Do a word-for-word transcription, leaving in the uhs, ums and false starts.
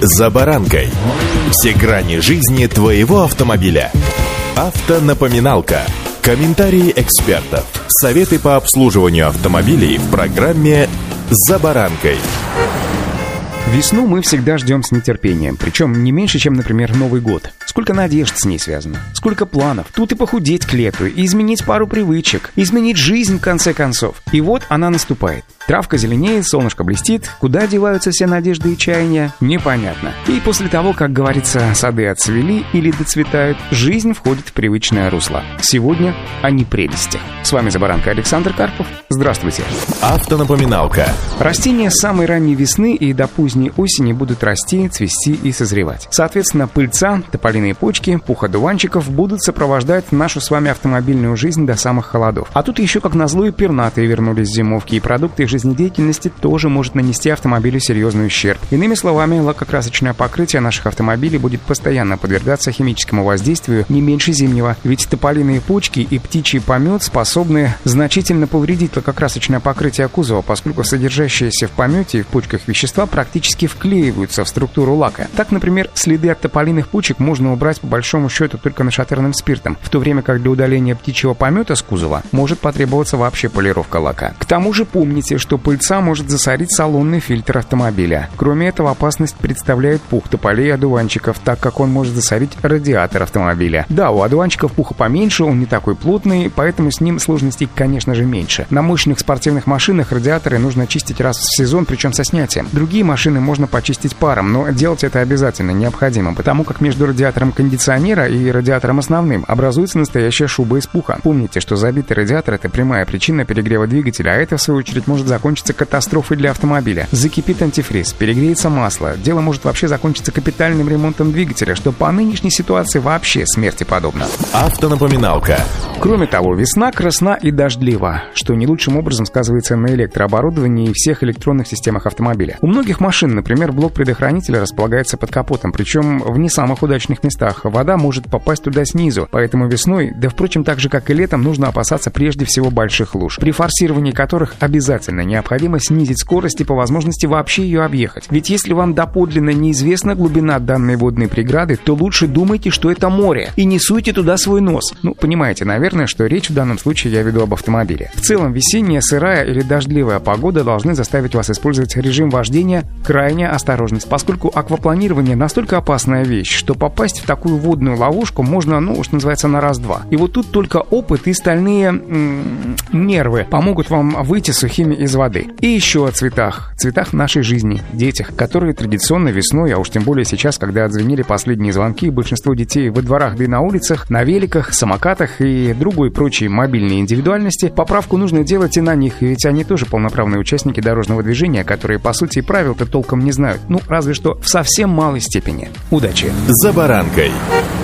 «За баранкой». Все грани жизни твоего автомобиля. Автонапоминалка. Комментарии экспертов. Советы по обслуживанию автомобилей в программе «За баранкой». Весну мы всегда ждем с нетерпением, причем не меньше, чем, например, Новый год. Сколько надежд с ней связано, сколько планов. Тут и похудеть к лету, и изменить пару привычек, изменить жизнь в конце концов. И вот она наступает. Травка зеленеет, солнышко блестит. Куда деваются все надежды и чаяния? Непонятно. И после того, как говорится, сады отцвели или доцветают, жизнь входит в привычное русло. Сегодня о непрелестях. С вами «За баранкой» Александр Карпов. Здравствуйте. Автонапоминалка. Растения с самой ранней весны и до поздней осени будут расти, цвести и созревать. Соответственно, пыльца, тополиные почки, пух одуванчиков будут сопровождать нашу с вами автомобильную жизнь до самых холодов. А тут еще, как назло, и пернатые вернулись с зимовки, и продукты их жизнедеятельности тоже может нанести автомобилю серьезный ущерб. Иными словами, лакокрасочное покрытие наших автомобилей будет постоянно подвергаться химическому воздействию не меньше зимнего, ведь тополиные почки и птичий помет способны значительно повредить лакокрасочное покрытие кузова, поскольку содержащиеся в помете и в почках вещества практически вклеиваются в структуру лака. Так, например, следы от тополиных почек можно убрать по большому счету только нашатырным спиртом, в то время как для удаления птичьего помета с кузова может потребоваться вообще полировка лака. К тому же помните, что пыльца может засорить салонный фильтр автомобиля. Кроме этого, опасность представляет пух тополей и одуванчиков, так как он может засорить радиатор автомобиля. Да, у одуванчиков пуха поменьше, он не такой плотный, поэтому с ним сложностей, конечно же, меньше. На мощных спортивных машинах радиаторы нужно чистить раз в сезон, причем со снятием. Другие машины можно почистить паром, но делать это обязательно необходимо, потому как между радиатором кондиционера и радиатором основным образуется настоящая шуба из пуха. Помните, что забитый радиатор — это прямая причина перегрева двигателя, а это, в свою очередь, может закончиться катастрофой для автомобиля. Закипит антифриз, перегреется масло. Дело может вообще закончиться капитальным ремонтом двигателя, что по нынешней ситуации вообще смерти подобно. Автонапоминалка. Кроме того, весна красна и дождлива, что не лучшим образом сказывается на электрооборудовании и всех электронных системах автомобиля. У многих машин, например, блок предохранителя располагается под капотом, причем в не самых удачных местах. Вода может попасть туда снизу, поэтому весной, да впрочем, так же как и летом, нужно опасаться прежде всего больших луж, при форсировании которых обязательно необходимо снизить скорость и по возможности вообще ее объехать. Ведь если вам доподлинно неизвестна глубина данной водной преграды, то лучше думайте, что это море, и не суйте туда свой нос. Ну, понимаете, наверное, что речь в данном случае я веду об автомобиле. В целом, весенняя, сырая или дождливая погода должны заставить вас использовать режим вождения крайняя осторожность, поскольку аквапланирование настолько опасная вещь, что попасть в такую водную ловушку можно, ну, что называется, на раз-два. И вот тут только опыт и стальные м-м, нервы помогут вам выйти сухими из воды. И еще о цветах. Цветах нашей жизни, детях, которые традиционно весной, а уж тем более сейчас, когда отзвенели последние звонки, большинство детей во дворах да и на улицах, на великах, самокатах и другой прочей мобильной индивидуальности, поправку нужно делать и на них, ведь они тоже полноправные участники дорожного движения, которые, по сути, и правил-то толком не знают. Ну, разве что в совсем малой степени. Удачи! «За баранкой».